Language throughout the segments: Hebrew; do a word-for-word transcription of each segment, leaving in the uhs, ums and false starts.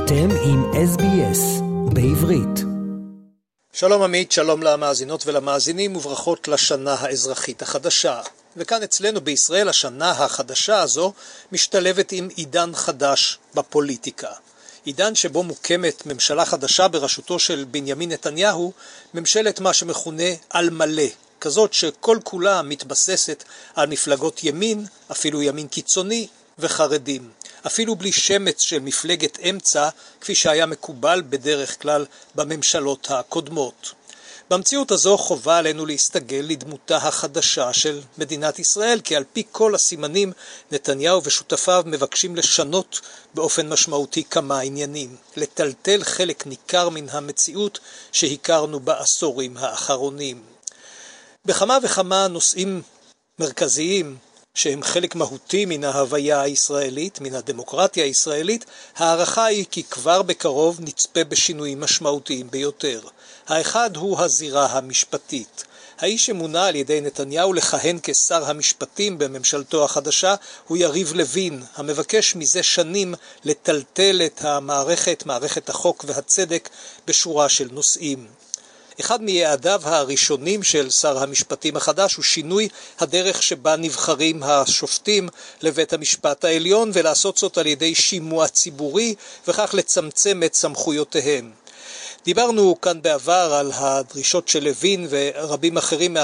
אתם עם אס בי אס בעברית. שלום עמית, שלום למאזינות ולמאזינים וברכות לשנה האזרחית החדשה. וכאן אצלנו בישראל השנה החדשה הזו משתלבת עם עידן חדש בפוליטיקה. עידן שבו מוקמת ממשלה חדשה בראשותו של בנימין נתניהו, ממשלת מה שמכונה על מלא, כזאת שכל כולה מתבססת על מפלגות ימין, אפילו ימין קיצוני וחרדים. אפילו בלי שמץ של מפלגת אמצע, כפי שהיה מקובל בדרך כלל בממשלות הקודמות. במציאות הזו חובה עלינו להסתגל לדמותה החדשה של מדינת ישראל, כי על פי כל הסימנים נתניהו ושותפיו מבקשים לשנות באופן משמעותי כמה עניינים, לטלטל חלק ניכר מן המציאות שהכרנו בעשורים האחרונים. בכמה וכמה נושאים מרכזיים שהם חלק מהותי מן ההוויה הישראלית, מן הדמוקרטיה הישראלית, הערכה היא כי כבר בקרוב נצפה בשינויים משמעותיים ביותר. האחד הוא הזירה המשפטית. האיש שמונה על ידי נתניהו לכהן כשר המשפטים בממשלתו החדשה הוא יריב לוין, המבקש מזה שנים לטלטל את המערכת, מערכת החוק והצדק בשורה של נושאים. אחד מיעדיו הראשונים של שר המשפטים החדש הוא שינוי הדרך שבה נבחרים השופטים לבית המשפט העליון, ולעשות זאת על ידי שימוע ציבורי וכך לצמצם את סמכויותיהם. דיברנו כאן בעבר על הדרישות של לוין ורבים אחרים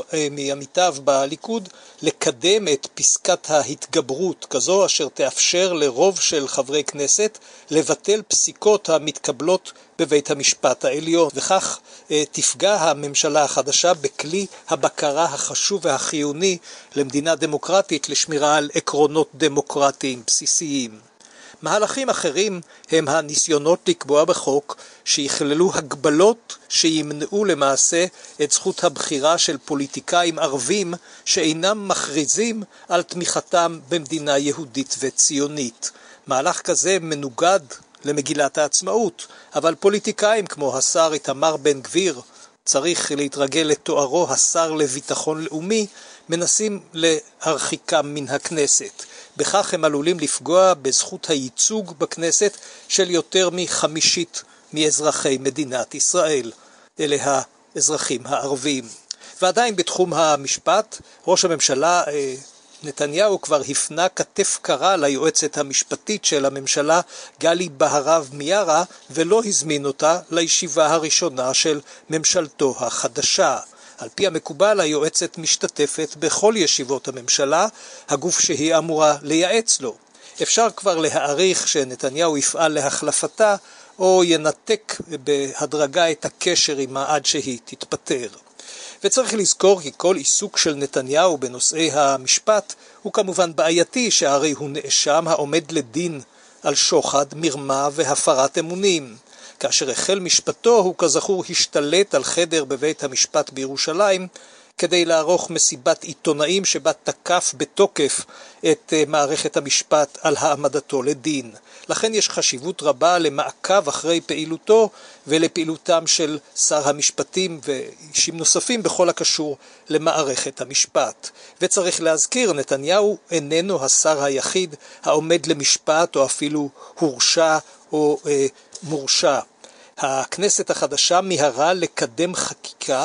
מעמיתיו בליכוד לקדם את פסקת ההתגברות, כזו אשר תאפשר לרוב של חברי כנסת לבטל פסיקות המתקבלות בבית המשפט העליון, וכך תפגע הממשלה החדשה בכלי הבקרה החשוב והחיוני למדינה דמוקרטית לשמירה על עקרונות דמוקרטיים בסיסיים. מהלכים אחרים הם הניסיונות לקבוע בחוק שיכללו הגבלות שימנעו למעשה את זכות הבחירה של פוליטיקאים ערבים שאינם מכריזים על תמיכתם במדינה יהודית וציונית. מהלך כזה מנוגד למגילת העצמאות, אבל פוליטיקאים כמו השר איתמר בן גביר, צריך להתרגל לתוארו השר לביטחון לאומי, מנסים להרחיקם מן הכנסת. בכך הם עלולים לפגוע בזכות הייצוג בכנסת של יותר מחמישית מאזרחי מדינת ישראל. אלה האזרחים הערבים. ועדיין בתחום המשפט, ראש הממשלה נתניהו כבר הפנה כתף קרה ליועצת המשפטית של הממשלה גלי בהרב מיארה, ולא הזמין אותה לישיבה הראשונה של ממשלתו החדשה. על פי המקובל היועצת משתתפת בכל ישיבות הממשלה, הגוף שהיא אמורה לייעץ לו. אפשר כבר להעריך שנתניהו יפעל להחלפתה או ינתק בהדרגה את הקשר עמה עד שהיא תתפטר. וצריך לזכור כי כל עיסוק של נתניהו בנושאי המשפט הוא כמובן בעייתי, שהרי הוא נאשם העומד לדין על שוחד, מרמה והפרת אמונים. כאשר החל משפטו הוא כזכור השתלט על חדר בבית המשפט בירושלים כדי לערוך מסיבת עיתונאים שבה תקף בתוקף את מערכת המשפט על העמדתו לדין. לכן יש חשיבות רבה למעקב אחרי פעילותו ולפעילותם של שר המשפטים ואישים נוספים בכל הקשור למערכת המשפט. וצריך להזכיר, נתניהו איננו השר היחיד העומד למשפט או אפילו הורשע או אה, מורשע. הכנסת החדשה מיהרה לקדם חקיקה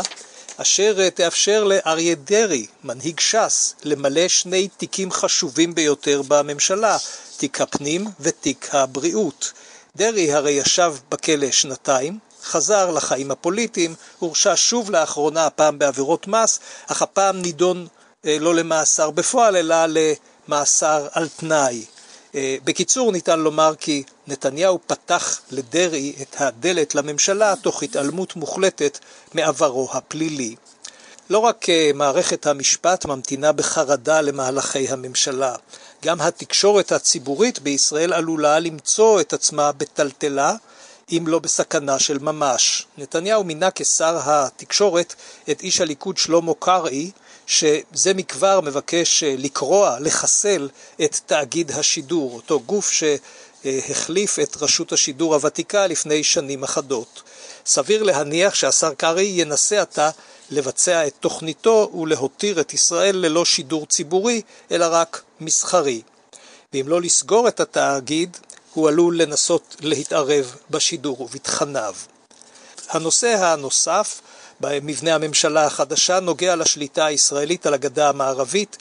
אשר תאפשר לאריה דרעי, מנהיג ש"ס, למלא שני תיקים חשובים ביותר בממשלה, תיק הפנים ותיק הבריאות. דרעי הרי ישב בכלא שנתיים, חזר לחיים הפוליטיים, הורשע שוב לאחרונה הפעם בעבירות מס, אך הפעם נידון לא למאסר בפועל אלא למאסר על תנאי. בקיצור ניתן לומר כי נתניהו פתח לדרעי את הדלת לממשלה תוך התעלמות מוחלטת מעברו הפלילי. לא רק מערכת המשפט ממתינה בחרדה למהלכי הממשלה, גם התקשורת הציבורית בישראל עלולה למצוא את עצמה בטלטלה, אם לא בסכנה של ממש. נתניהו מינה כשר התקשורת את איש הליכוד שלמה קרעי, שזה מכבר מבקש לקרוע, לחסל את תאגיד השידור, אותו גוף שהחליף את רשות השידור הוותיקה לפני שנים אחדות. סביר להניח שהשר קרעי ינסה עתה לבצע את תוכניתו ולהותיר את ישראל ללא שידור ציבורי, אלא רק מסחרי. ואם לא לסגור את התאגיד, הוא עלול לנסות להתערב בשידור ובתכניו. הנושא הנוסף במבנה הממשלה החדשה נוגע לשליטה הישראלית על הגדה המערבית.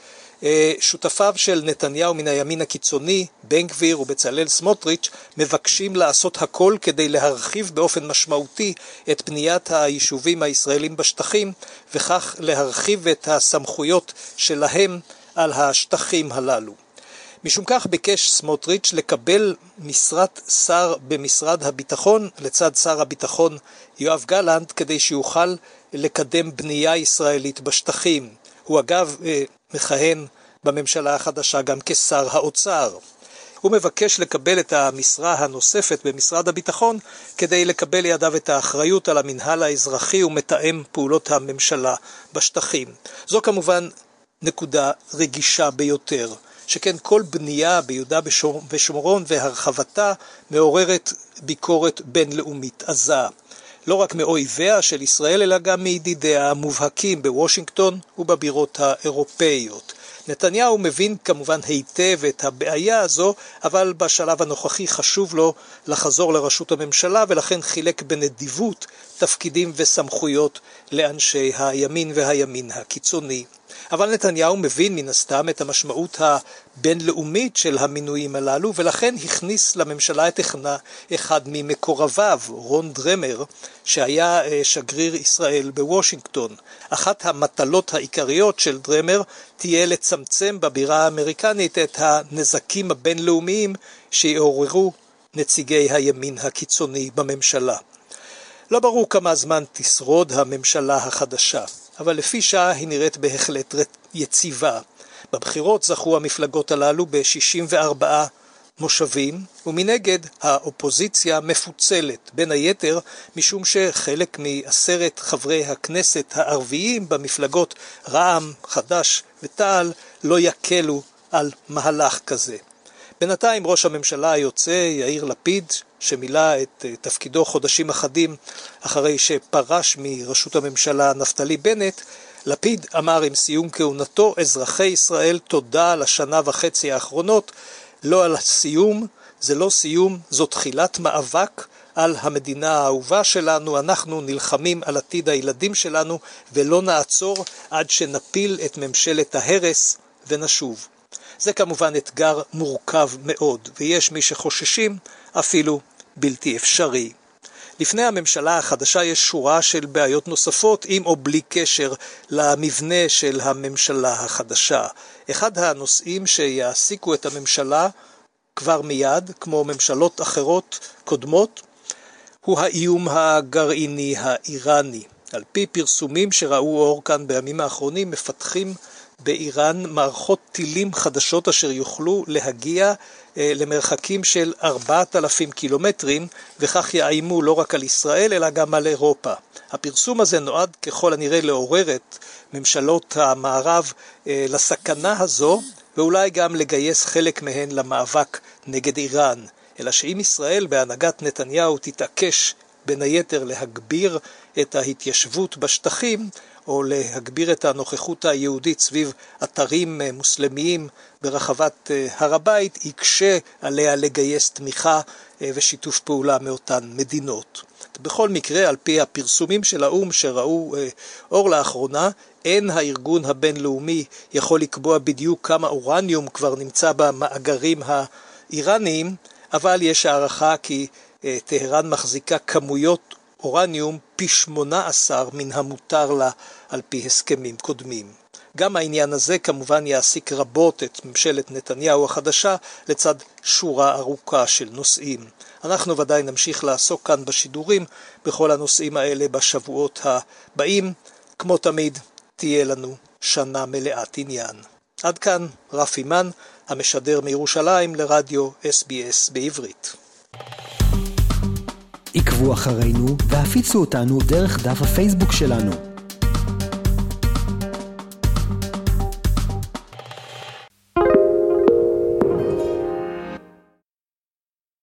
שותפיו של נתניהו מן הימין הקיצוני, בן גביר ובצלאל סמוטריץ', מבקשים לעשות הכל כדי להרחיב באופן משמעותי את בניית היישובים הישראלים בשטחים, וכך להרחיב את הסמכויות שלהם על השטחים הללו. משום כך ביקש סמוטריץ' לקבל משרת שר במשרד הביטחון לצד שר הביטחון יואב גלנט, כדי שיוכל לקדם בנייה ישראלית בשטחים. הוא אגב מכהן בממשלה החדשה גם כשר האוצר. הוא מבקש לקבל את המשרה הנוספת במשרד הביטחון כדי לקבל לידיו את האחריות על המנהל האזרחי ומתאם פעולות הממשלה בשטחים. זו כמובן נקודה רגישה ביותר, שכן כל בנייה ביהודה ושומרון והרחבתה מעוררת ביקורת בינלאומית עזה. לא רק מאויביה של ישראל, אלא גם מידידיה המובהקים בוושינגטון ובבירות האירופאיות. נתניהו מבין כמובן היטב את הבעיה הזו, אבל בשלב הנוכחי חשוב לו לחזור לראשות הממשלה, ולכן חילק בנדיבות תפקידים וסמכויות לאנשי הימין והימין הקיצוני. אבל נתניהו מבין מן הסתם את המשמעות הבינלאומית של המינויים הללו, ולכן הכניס לממשלה את אחד ממקורביו, רון דרמר, שהיה שגריר ישראל בוושינגטון. אחת המטלות העיקריות של דרמר תהיה לצמצם בבירה האמריקנית את הנזקים הבינלאומיים שיעוררו נציגי הימין הקיצוני בממשלה. לא ברור כמה זמן תשרוד הממשלה החדשה, אבל לפי שעה היא נראית בהחלט יציבה. בבחירות זכו המפלגות הללו ב-שישים וארבעה מושבים, ומנגד האופוזיציה מפוצלת, בין היתר משום שחלק מעשרת חברי הכנסת הערביים במפלגות רע"מ, חד"ש ותע"ל לא יקלו על מהלך כזה. בינתיים ראש הממשלה היוצא יאיר לפיד, שמילא את תפקידו חודשים אחדים אחרי שפרש מראשות הממשלה נפתלי בנט, לפיד אמר עם סיום כהונתו: אזרחי ישראל, תודה על השנה וחצי האחרונות, לא על הסיום, זה לא סיום, זו תחילת מאבק על המדינה האהובה שלנו, אנחנו נלחמים על עתיד הילדים שלנו ולא נעצור עד שנפיל את ממשלת ההרס ונשוב. זה כמובן אתגר מורכב מאוד, ויש מי שחוששים אפילו בלתי אפשרי. לפני הממשלה החדשה יש שורה של בעיות נוספות, עם או בלי קשר למבנה של הממשלה החדשה. אחד הנושאים שיעסיקו את הממשלה כבר מיד, כמו ממשלות אחרות קודמות, הוא האיום הגרעיני האיראני. על פי פרסומים שראו אור כאן בימים האחרונים, מפתחים באיראן מערכות טילים חדשות אשר יוכלו להגיע אה, למרחקים של ארבעת אלפים קילומטרים, וכך יאיימו לא רק על ישראל אלא גם על אירופה. הפרסום הזה נועד ככל הנראה לעורר את ממשלות המערב אה, לסכנה הזו, ואולי גם לגייס חלק מהן למאבק נגד איראן. אלא שאם ישראל בהנהגת נתניהו תתעקש בין היתר להגביר את ההתיישבות בשטחים, או להגביר את הנוכחות היהודית סביב אתרים מוסלמיים ברחבת הר הבית, יקשה עליה לגייס תמיכה ושיתוף פעולה מאותן מדינות. בכל מקרה, על פי הפרסומים של האו"ם שראו אור לאחרונה, אין הארגון הבינלאומי יכול לקבוע בדיוק כמה אורניום כבר נמצא במאגרים האיראניים, אבל יש הערכה כי טהרן מחזיקה כמויות אורניום פי שמונה עשר מן המותר לה על פי הסכמים קודמים. גם העניין הזה כמובן יעסיק רבות את ממשלת נתניהו החדשה לצד שורה ארוכה של נושאים. אנחנו ודאי נמשיך לעסוק כאן בשידורים בכל הנושאים האלה בשבועות הבאים. כמו תמיד תהיה לנו שנה מלאת עניין. עד כאן רפי מן, המשדר מירושלים לרדיו אס בי אס בעברית. עקבו אחרינו והפיצו אותנו דרך דף הפייסבוק שלנו.